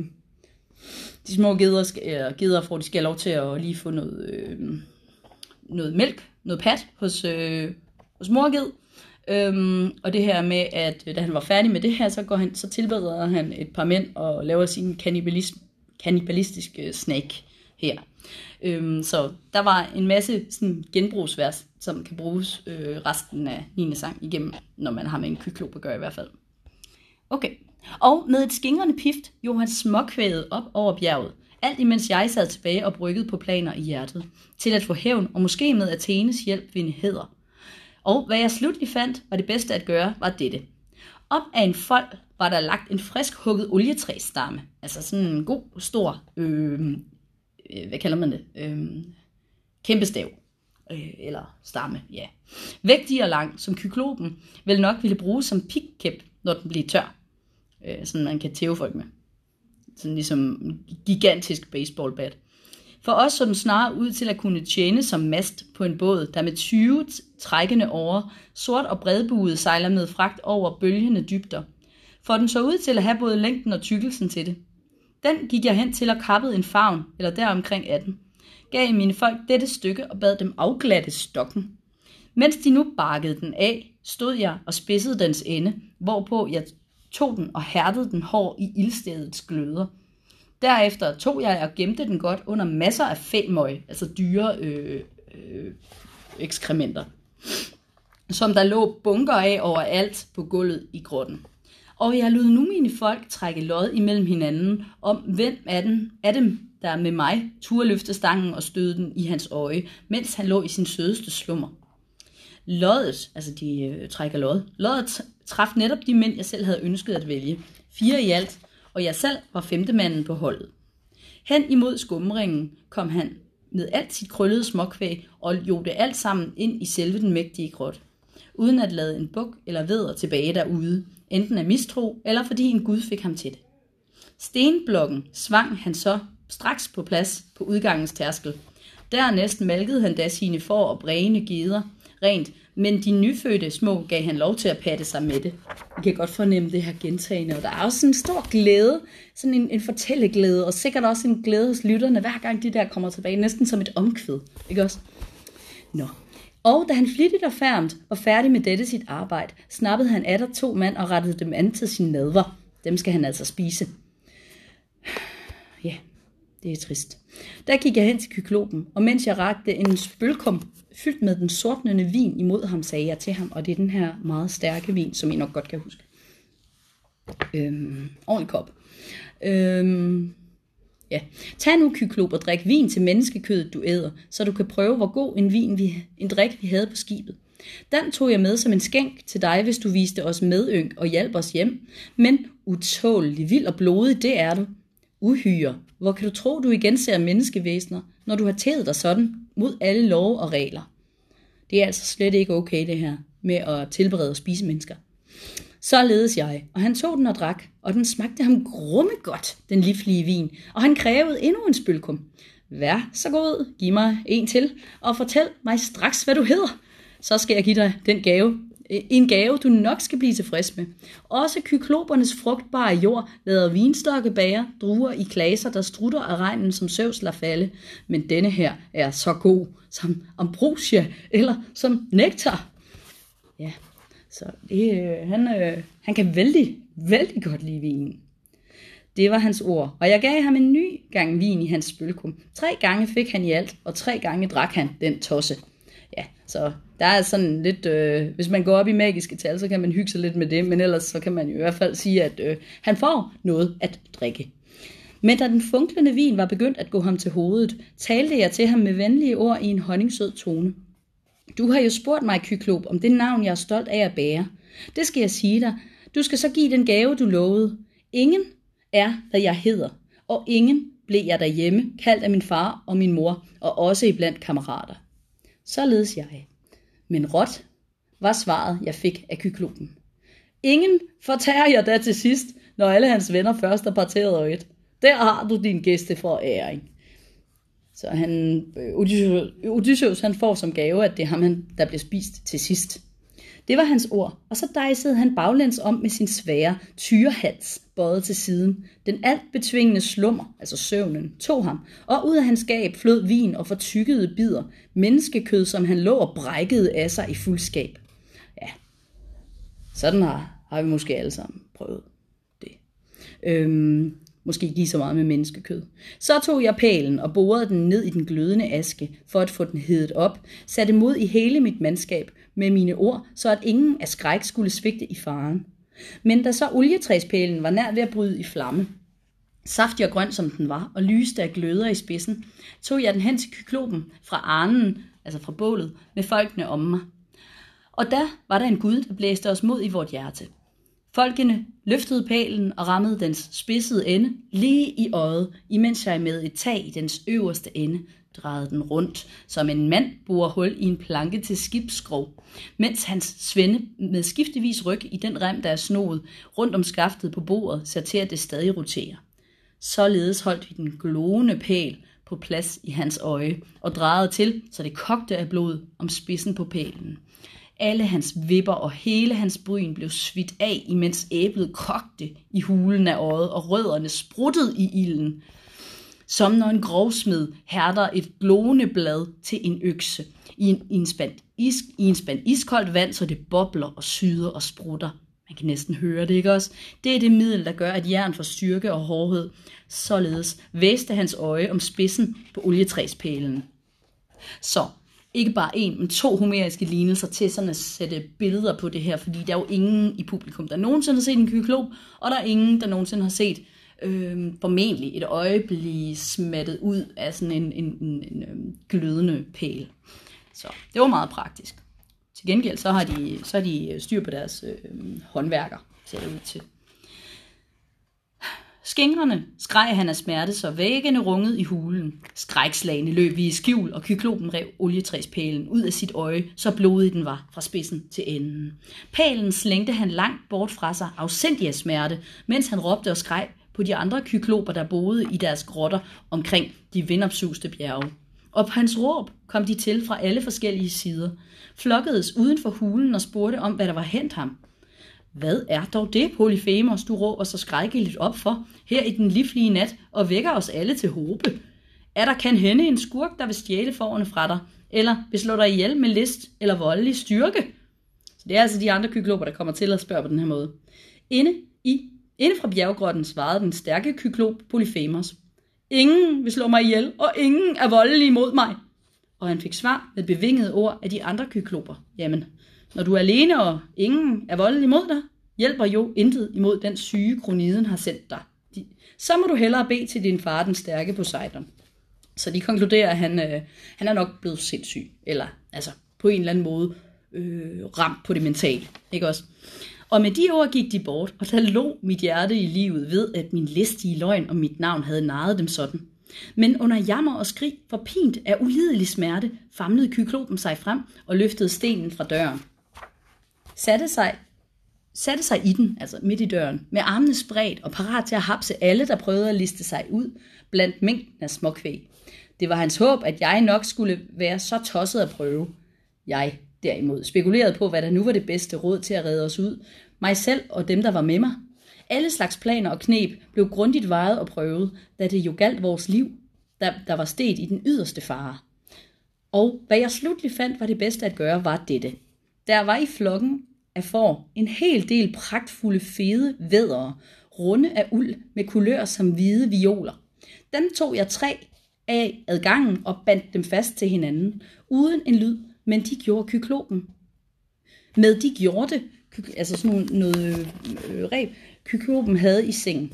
geder får de skal have lov til at lige få noget mælk, noget pat hos morged. Og det her med, at da han var færdig med det her, så tilbereder han et par mænd og laver sin kannibalistiske snack her. Så der var en masse sådan genbrugsvers, som kan bruges resten af 9. sang igennem, når man har med en kyklop at gøre i hvert fald. Okay, og med et skingrende pift gjorde han småkvæget op over bjerget, alt imens jeg sad tilbage og bryggede på planer i hjertet, til at få hævn og måske med Athenes hjælp vinde hæder. Og hvad jeg slutlig fandt, var det bedste at gøre, var dette. Op af en fold var der lagt en frisk hugget olietræsstamme, altså sådan en god, stor, hvad kalder man det, kæmpestav, eller stamme, ja. Vægtig og lang, som Kyklopen vel nok ville bruge som pikkæp, når den bliver tør. Sådan man kan tæve folk med. Sådan ligesom en gigantisk baseballbat. For os så den snarere ud til at kunne tjene som mast på en båd, der med 20 trækkende årer, sort og bredbuet sejler med fragt over bølgende dybder. For den så ud til at have både længden og tykkelsen til det. Den gik jeg hen til og kappede en favn, eller deromkring 18. Gav mine folk dette stykke og bad dem afglatte stokken. Mens de nu bakkede den af, stod jeg og spidsede dens ende, hvorpå jeg tog den og hærdede den hård i ildstedets gløder. Derefter tog jeg og gemte den godt under masser af fæmøg, altså dyre ekskrementer, som der lå bunker af overalt på gulvet i grotten. Og jeg lod nu mine folk trække lod imellem hinanden om, hvem af dem, der med mig turde løfte stangen og støde den i hans øje, mens han lå i sin sødeste slummer. Loddet, altså de trækker lod, loddet traf netop de mænd, jeg selv havde ønsket at vælge. 4 i alt, og jeg selv var 5. manden på holdet. Hen imod skumringen kom han med alt sit krøllede småkvæg og jogte alt sammen ind i selve den mægtige grot, uden at lade en buk eller vædder tilbage derude, enten af mistro eller fordi en gud fik ham til det. Stenblokken svang han så straks på plads på udgangens tærskel. Dernæst malkede han da sine får og brægende geder rent, men de nyfødte små gav han lov til at patte sig med det. Vi kan godt fornemme det her gentagende, og der er også en stor glæde, sådan en fortælleglæde, og sikkert også en glæde hos lytterne, hver gang de der kommer tilbage, næsten som et omkvæd, ikke også? Nå. Og da han flittigt og færmt var færdig med dette sit arbejde, snappede han atter 2 mand og rettede dem an til sine nadver. Dem skal han altså spise. Ja, det er trist. Der gik jeg hen til Kyklopen, og mens jeg rakte en spølkom fyldt med den sortnende vin imod ham, sagde jeg til ham, og det er den her meget stærke vin, som I nok godt kan huske. Ordentlig kop. Ja. Tag nu, Kyklop, og drik vin til menneskekødet, du æder, så du kan prøve, hvor god en drik vi havde på skibet. Den tog jeg med som en skænk til dig, hvis du viste os medynk og hjalp os hjem. Men utålelig, vild og blodig, det er du. Uhyre, hvor kan du tro, du igen ser menneskevæsener, når du har tædet dig sådan mod alle love og regler? Det er altså slet ikke okay, det her med at tilberede og spise mennesker. Således jeg, og han tog den og drak, og den smagte ham grumme godt, den livlige vin, og han krævede endnu en spølkum. Vær så god, giv mig en til, og fortæl mig straks, hvad du hedder. Så skal jeg give dig den gave. En gave, du nok skal blive tilfreds med. Også kyklopernes frugtbare jord lader vinstokke bære druer i klaser, der strutter af regnen som søvs lader falde. Men denne her er så god som ambrosia eller som nektar. Ja, så det, han kan vældig, vældig godt lide vin. Det var hans ord, og jeg gav ham en ny gang vin i hans spølkum. 3 gange fik han i alt, og 3 gange drak han den tosse. Ja, så der er sådan lidt, hvis man går op i magiske tal, så kan man hygge sig lidt med det, men ellers så kan man jo i hvert fald sige, at han får noget at drikke. Men da den funklende vin var begyndt at gå ham til hovedet, talte jeg til ham med venlige ord i en honningsød tone. Du har jo spurgt mig, Kyklop, om det navn, jeg er stolt af at bære. Det skal jeg sige dig. Du skal så give den gave, du lovede. Ingen er, hvad jeg hedder, og ingen blev jeg derhjemme, kaldt af min far og min mor, og også iblandt kammerater. Således jeg. Men råt var svaret, jeg fik af Kyklopen. Ingen fortærer jeg da til sidst, når alle hans venner først er parteret og et. Der har du din gæste for æring. Så Odysseus han får som gave, at det er ham, der bliver spist til sidst. Det var hans ord, og så dejsede han baglæns om med sin svære tyrehals bøjet til siden. Den alt betvingende slummer, altså søvnen, tog ham, og ud af hans gab flød vin og fortykkede bidder, menneskekød, som han lå og brækkede af sig i fuldskab. Ja, sådan har vi måske alle sammen prøvet det. Måske ikke lige så meget med menneskekød. Så tog jeg pælen og borede den ned i den glødende aske, for at få den hedet op, satte mod i hele mit mandskab med mine ord, så at ingen af skræk skulle svigte i faren. Men da så olietræspælen var nær ved at bryde i flamme, saftig og grøn som den var, og lyste af gløder i spidsen, tog jeg den hen til Kyklopen fra arnen, altså fra bålet, med folkene om mig. Og der var der en gud, der blæste os mod i vort hjerte. Folkene løftede pælen og rammede dens spidsede ende lige i øjet, imens jeg med et tag i dens øverste ende drejede den rundt, som en mand borer hul i en planke til skibsskrog, mens hans svende med skiftevis ryg i den rem, der er snoet rundt om skaftet på bordet, ser til, at det stadig roterer. Således holdt vi den glående pæl på plads i hans øje og drejede til, så det kogte af blod om spidsen på pælen. Alle hans vipper og hele hans bryn blev svidt af, imens æblet kogte i hulen af øjet, og rødderne spruttede i ilden. Som når en grovsmed hærder et glående blad til en økse i en spand iskoldt vand, så det bobler og syder og sprutter. Man kan næsten høre det, ikke også? Det er det middel, der gør, at jern får styrke og hårdhed. Således væste hans øje om spidsen på olietræspælen. Så ikke bare 1, men 2 homeriske lignelser til sådan at sætte billeder på det her, fordi der er jo ingen i publikum, der nogensinde har set en kyklop, og der er ingen, der nogensinde har set formentlig et øje blive smattet ud af sådan en glødende pæl. Så det var meget praktisk. Til gengæld så har de styr på deres håndværker, ser det ud til. Skængrende skreg han af smerte, så væggene rungede i hulen. Skrækslagene løb vi i skjul, og Kyklopen rev olietræspælen ud af sit øje, så blodig den var fra spidsen til enden. Pælen slængte han langt bort fra sig, afsindig af smerte, mens han råbte og skreg på de andre kykloper, der boede i deres grotter omkring de vindopsuste bjerge. Og på hans råb kom de til fra alle forskellige sider, flokkedes uden for hulen og spurgte om, hvad der var hent ham. Hvad er dog det, Polyphemus, du råber så skrækkeligt op for, her i den livlige nat, og vækker os alle til håbe? Er der kan hende en skurk, der vil stjæle fårene fra dig, eller vil slå dig ihjel med list eller voldelig styrke? Så det er altså de andre kykloper, der kommer til at spørge på den her måde. Inde fra bjerggrotten svarede den stærke kyklop Polyphemus. Ingen vil slå mig ihjel, og ingen er voldelig mod mig. Og han fik svar med bevingede ord af de andre kykloper. Jamen, når du er alene, og ingen er voldelig mod dig, hjælper jo intet imod den syge kroniden har sendt dig. Så må du hellere bede til din far, den stærke Poseidon. Så de konkluderer, at han er nok blevet sindssyg, eller altså på en eller anden måde ramt på det mentale, ikke også? Og med de ord gik de bort, og der lå mit hjerte i livet ved, at min listige løgn om mit navn havde narret dem sådan. Men under jammer og skrig, forpint af ulidelig smerte, famlede Kyklopen sig frem og løftede stenen fra døren. Satte sig i den, altså midt i døren, med armene spredt og parat til at hapse alle, der prøvede at liste sig ud blandt mængden af småkvæg. Det var hans håb, at jeg nok skulle være så tosset at prøve. Jeg derimod spekulerede på, hvad der nu var det bedste råd til at redde os ud. Mig selv og dem, der var med mig. Alle slags planer og kneb blev grundigt vejet og prøvet, da det jo galt vores liv, der var steget i den yderste fare. Og hvad jeg slutlig fandt var det bedste at gøre, var dette. Der var i flokken af får en hel del pragtfulde fede væddere, runde af uld med kulør som hvide violer. Dem tog jeg 3 af ad gangen og bandt dem fast til hinanden, uden en lyd, men de gjorde kyklopen. Med de gjorde det, altså sådan noget reb, kyklopen havde i sengen.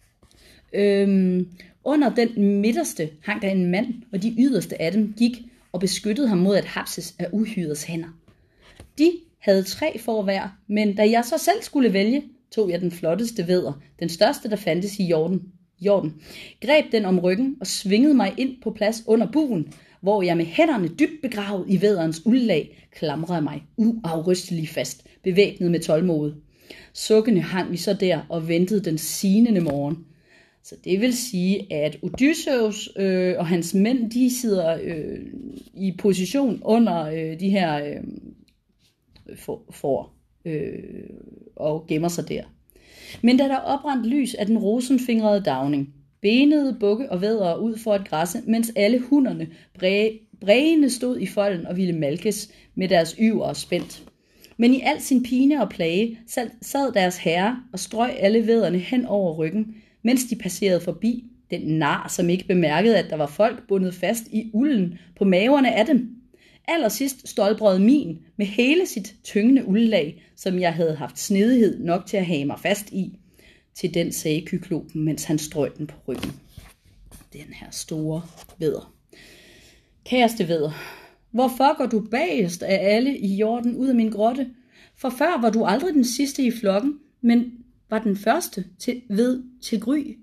Under den midterste hang der en mand, og de yderste af dem gik og beskyttede ham mod at hapses af uhyrets hænder. De havde 3 for hver, men da jeg så selv skulle vælge, tog jeg den flotteste vædder, den største der fandtes i jorden, greb den om ryggen og svingede mig ind på plads under buen, hvor jeg med hænderne dybt begravet i vædderens uldlag klamrede mig uafrysteligt fast, bevæbnet med tålmod. Sukkende hang vi så der og ventede den sinende morgen. Så det vil sige, at Odysseus og hans mænd, de sidder i position under de her får og gemmer sig der. Men da der oprandt lys af den rosenfingrede dagning, benede bukke og væddere ud for at græsse, mens alle hunderne brægende stod i folden og ville malkes med deres yver og spændt. Men i al sin pine og plage sad deres herre og strøg alle vædderne hen over ryggen, mens de passerede forbi den nar, som ikke bemærkede, at der var folk bundet fast i ulden på maverne af dem. Allersidst stolbrede min med hele sit tyngende uldlag, som jeg havde haft snedighed nok til at have mig fast i. Til den sagde kyklopen, mens han strøg den på ryggen. Den her store vædder. Kæreste vædder, hvorfor går du bagest af alle i jorden ud af min grotte? For før var du aldrig den sidste i flokken, men var den første til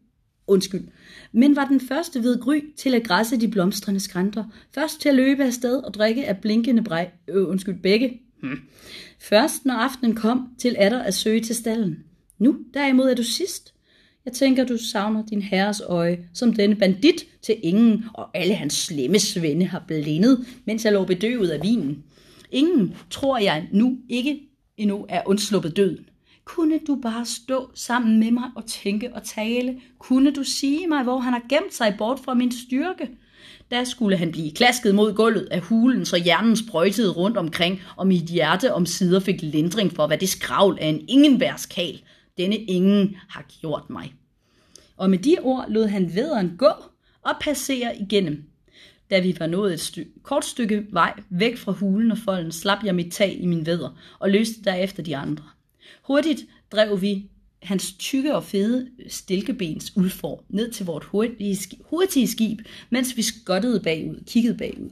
gry til at græsse de blomstrende skrænter, først til at løbe afsted og drikke af blinkende bække. Først når aftenen kom til atter at søge til stallen. Nu derimod er du sidst. Jeg tænker, du savner din herres øje, som denne bandit til ingen, og alle hans slemme svende har blindet, mens jeg lå bedøvet af vinen. Ingen, tror jeg nu ikke endnu, er undsluppet døden. Kunne du bare stå sammen med mig og tænke og tale? Kunne du sige mig, hvor han har gemt sig bort fra min styrke? Da skulle han blive klasket mod gulvet af hulen, så hjernen sprøjtede rundt omkring, og mit hjerte omsider fik lindring for, hvad det skravl af en ingenværskal denne ingen har gjort mig. Og med de ord lod han vædderen gå og passere igennem. Da vi var nået et kort stykke vej væk fra hulen og folden, slap jeg mit tag i min vædder og løste derefter de andre. Hurtigt drev vi hans tykke og fede stilkebens uldfor ned til vort hurtige skib, mens vi kiggede bagud.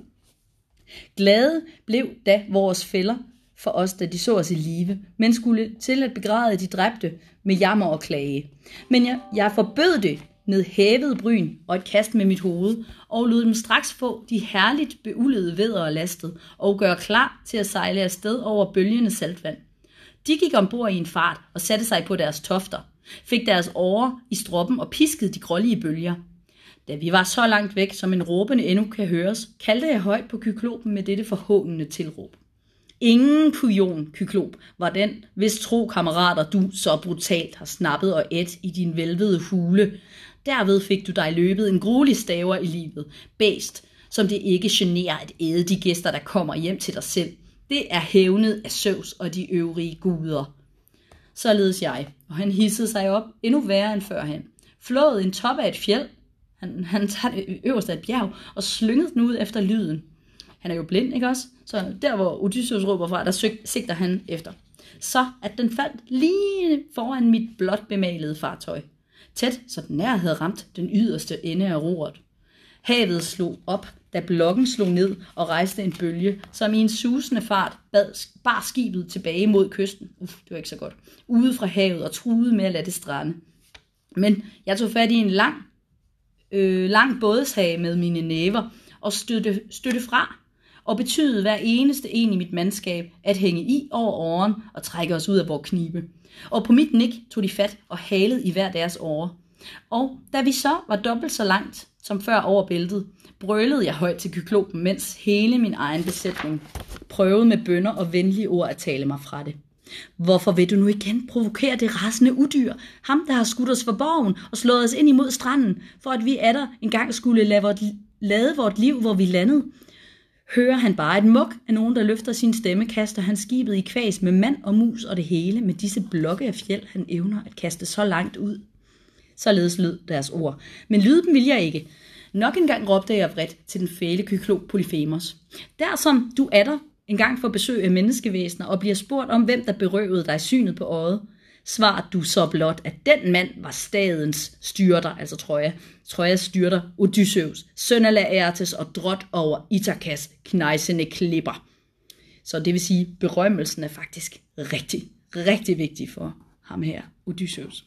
Glade blev da vores fæller for os, da de så os i live, men skulle til at begræde de dræbte med jammer og klage. Men jeg forbød det med hævet bryn og et kast med mit hoved, og lod dem straks få de herligt beuldede væddere lastet og gøre klar til at sejle afsted over bølgende saltvand. De gik ombord i en fart og satte sig på deres tofter, fik deres årer i stroppen og piskede de grålige bølger. Da vi var så langt væk, som en råbende endnu kan høres, kaldte jeg højt på kyklopen med dette forhånende tilråb. Ingen kujon, kyklop, var den, hvis tro kammerater du så brutalt har snappet og ædt i din velvede hule. Derved fik du dig løbet en gruelig staver i livet, bæst, som det ikke generer at æde de gæster, der kommer hjem til dig selv. Det er hævnet af Zeus og de øvrige guder. Således jeg, og han hissede sig op endnu værre end førhen. Flåede en top af et fjeld, han tager det øverste af et bjerg, og slyngede den ud efter lyden. Han er jo blind, ikke også? Så der, hvor Odysseus råber fra, der sigter han efter. Så at den faldt lige foran mit blåt bemalede fartøj. Tæt, så den nær havde ramt den yderste ende af roret. Havet slog op, da blokken slog ned og rejste en bølge, som i en susende fart bar skibet tilbage mod kysten. Det var ikke så godt. Ude fra havet og truede med at lade det strande. Men jeg tog fat i en lang bådeshage med mine næver og støtte fra, og betydede hver eneste en i mit mandskab at hænge i over åren og trække os ud af vores knibe. Og på mit nik tog de fat og halede i hver deres åre. Og da vi så var dobbelt så langt som før over bæltet, brølede jeg højt til kyklopen, mens hele min egen besætning prøvede med bønner og venlige ord at tale mig fra det. Hvorfor vil du nu igen provokere det rasende udyr, ham der har skudt os for borgen og slået os ind imod stranden, for at vi atter engang skulle lade vort liv, hvor vi landede? Hører han bare et muk af nogen, der løfter sin stemme, kaster han skibet i kvæs med mand og mus og det hele med disse blokke af fjeld, han evner at kaste så langt ud. Således lød deres ord. Men lyde dem ville jeg ikke. Nok engang råbte jeg vredt til den fæle kyklop Polyphemus. Der som du atter engang får besøg af menneskevæsener og bliver spurgt om, hvem der berøvede dig synet på øjet, svar du så blot, at den mand var stadens styrter, altså Trojas styrter, Odysseus, søn af Laertes og drot over Ithakas knejsende klipper. Så det vil sige, berømmelsen er faktisk rigtig, rigtig vigtig for ham her, Odysseus.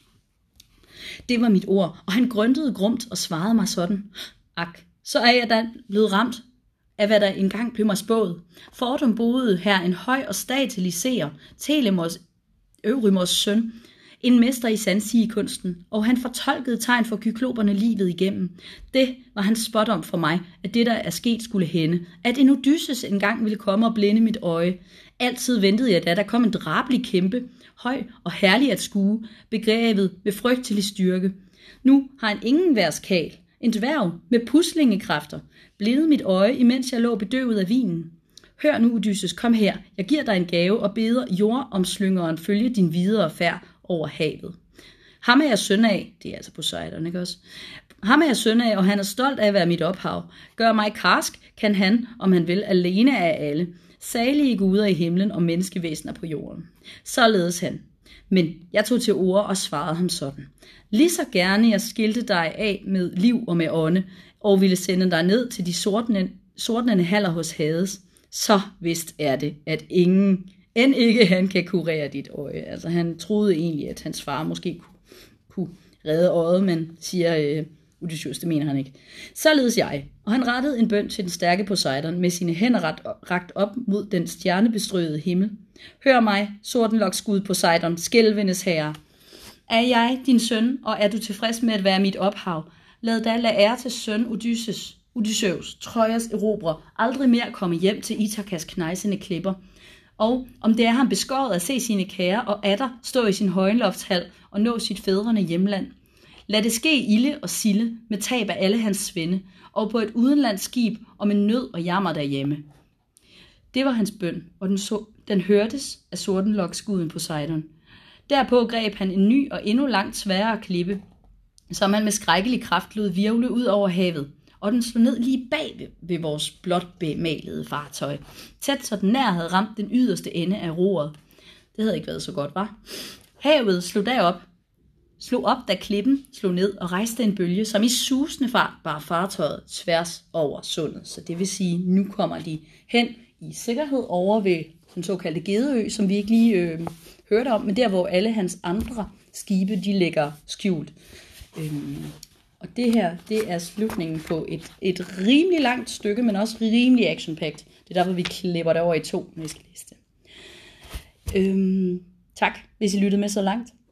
Det var mit ord, og han grøntede grumt og svarede mig sådan: Ak, så er jeg da blevet ramt af hvad der engang blev mig spået. Fordum boede her en høj og statelig seer, Telemos Eurymos søn, en mester i sandsigekunsten, og han fortolkede tegn for kykloperne livet igennem. Det var hans spådom for mig, at det der er sket skulle hænde, at en Odysseus engang ville komme og blinde mit øje. Altid ventede jeg, da der kom en drabelig kæmpe, høj og herlig at skue, begrevet med frygtelig styrke. Nu har han ingen værskal, en dværg med puslingekræfter, blevet mit øje, imens jeg lå bedøvet af vinen. Hør nu, Odysseus, kom her, jeg giver dig en gave og beder jordomslyngeren følge din videre færd over havet. Ham er jeg søn af, det er altså Poseidon, ikke også? Ham er jeg søn af, og han er stolt af at være mit ophav. Gør mig karsk, kan han, om han vil, alene af alle. Salige guder i himlen og menneskevæsener på jorden. Således han. Men jeg tog til orde og svarede ham sådan: Lige så gerne jeg skilte dig af med liv og med ånde, og ville sende dig ned til de sortnende haller hos Hades, så vist er det, at ingen, end ikke han kan kurere dit øje. Altså han troede egentlig, at hans far måske kunne redde øjet, men siger Odysseus, det mener han ikke. Således jeg, og han rettede en bøn til den stærke Poseidon med sine hænder rakt op mod den stjernebestrøede himmel. Hør mig, sortenlokskud Poseidon, skælvenes herre. Er jeg din søn, og er du tilfreds med at være mit ophav? Lad da Laertes søn Odysseus, Trojas erobrer, aldrig mere komme hjem til Ithakas knejsende klipper. Og om det er ham beskåret at se sine kære og atter stå i sin højenloftshal og nå sit fædrene hjemland. Lad det ske ilde og sille med tab af alle hans svende, og på et udenlandsskib og med nød og jammer derhjemme. Det var hans bøn, og den hørtes af sortenlokskuden Poseidon. Derpå greb han en ny og endnu langt sværere klippe, som han med skrækkelig kraft lod virvle ud over havet, og den slog ned lige bag ved vores blot bemalede fartøj, tæt så den nær havde ramt den yderste ende af roret. Det havde ikke været så godt, var. Havet slog op, da klippen slog ned og rejste en bølge, som i susende fart bar fartøjet tværs over sundet. Så det vil sige, nu kommer de hen i sikkerhed over ved den såkaldte Gedeø, som vi ikke lige hørte om, men der hvor alle hans andre skibe, de ligger skjult. Og det her, det er slutningen på et rimelig langt stykke, men også rimelig action-packed. Det er derfor, vi klipper det over i 2, når vi skal læse det. Tak, hvis I lyttede med så langt.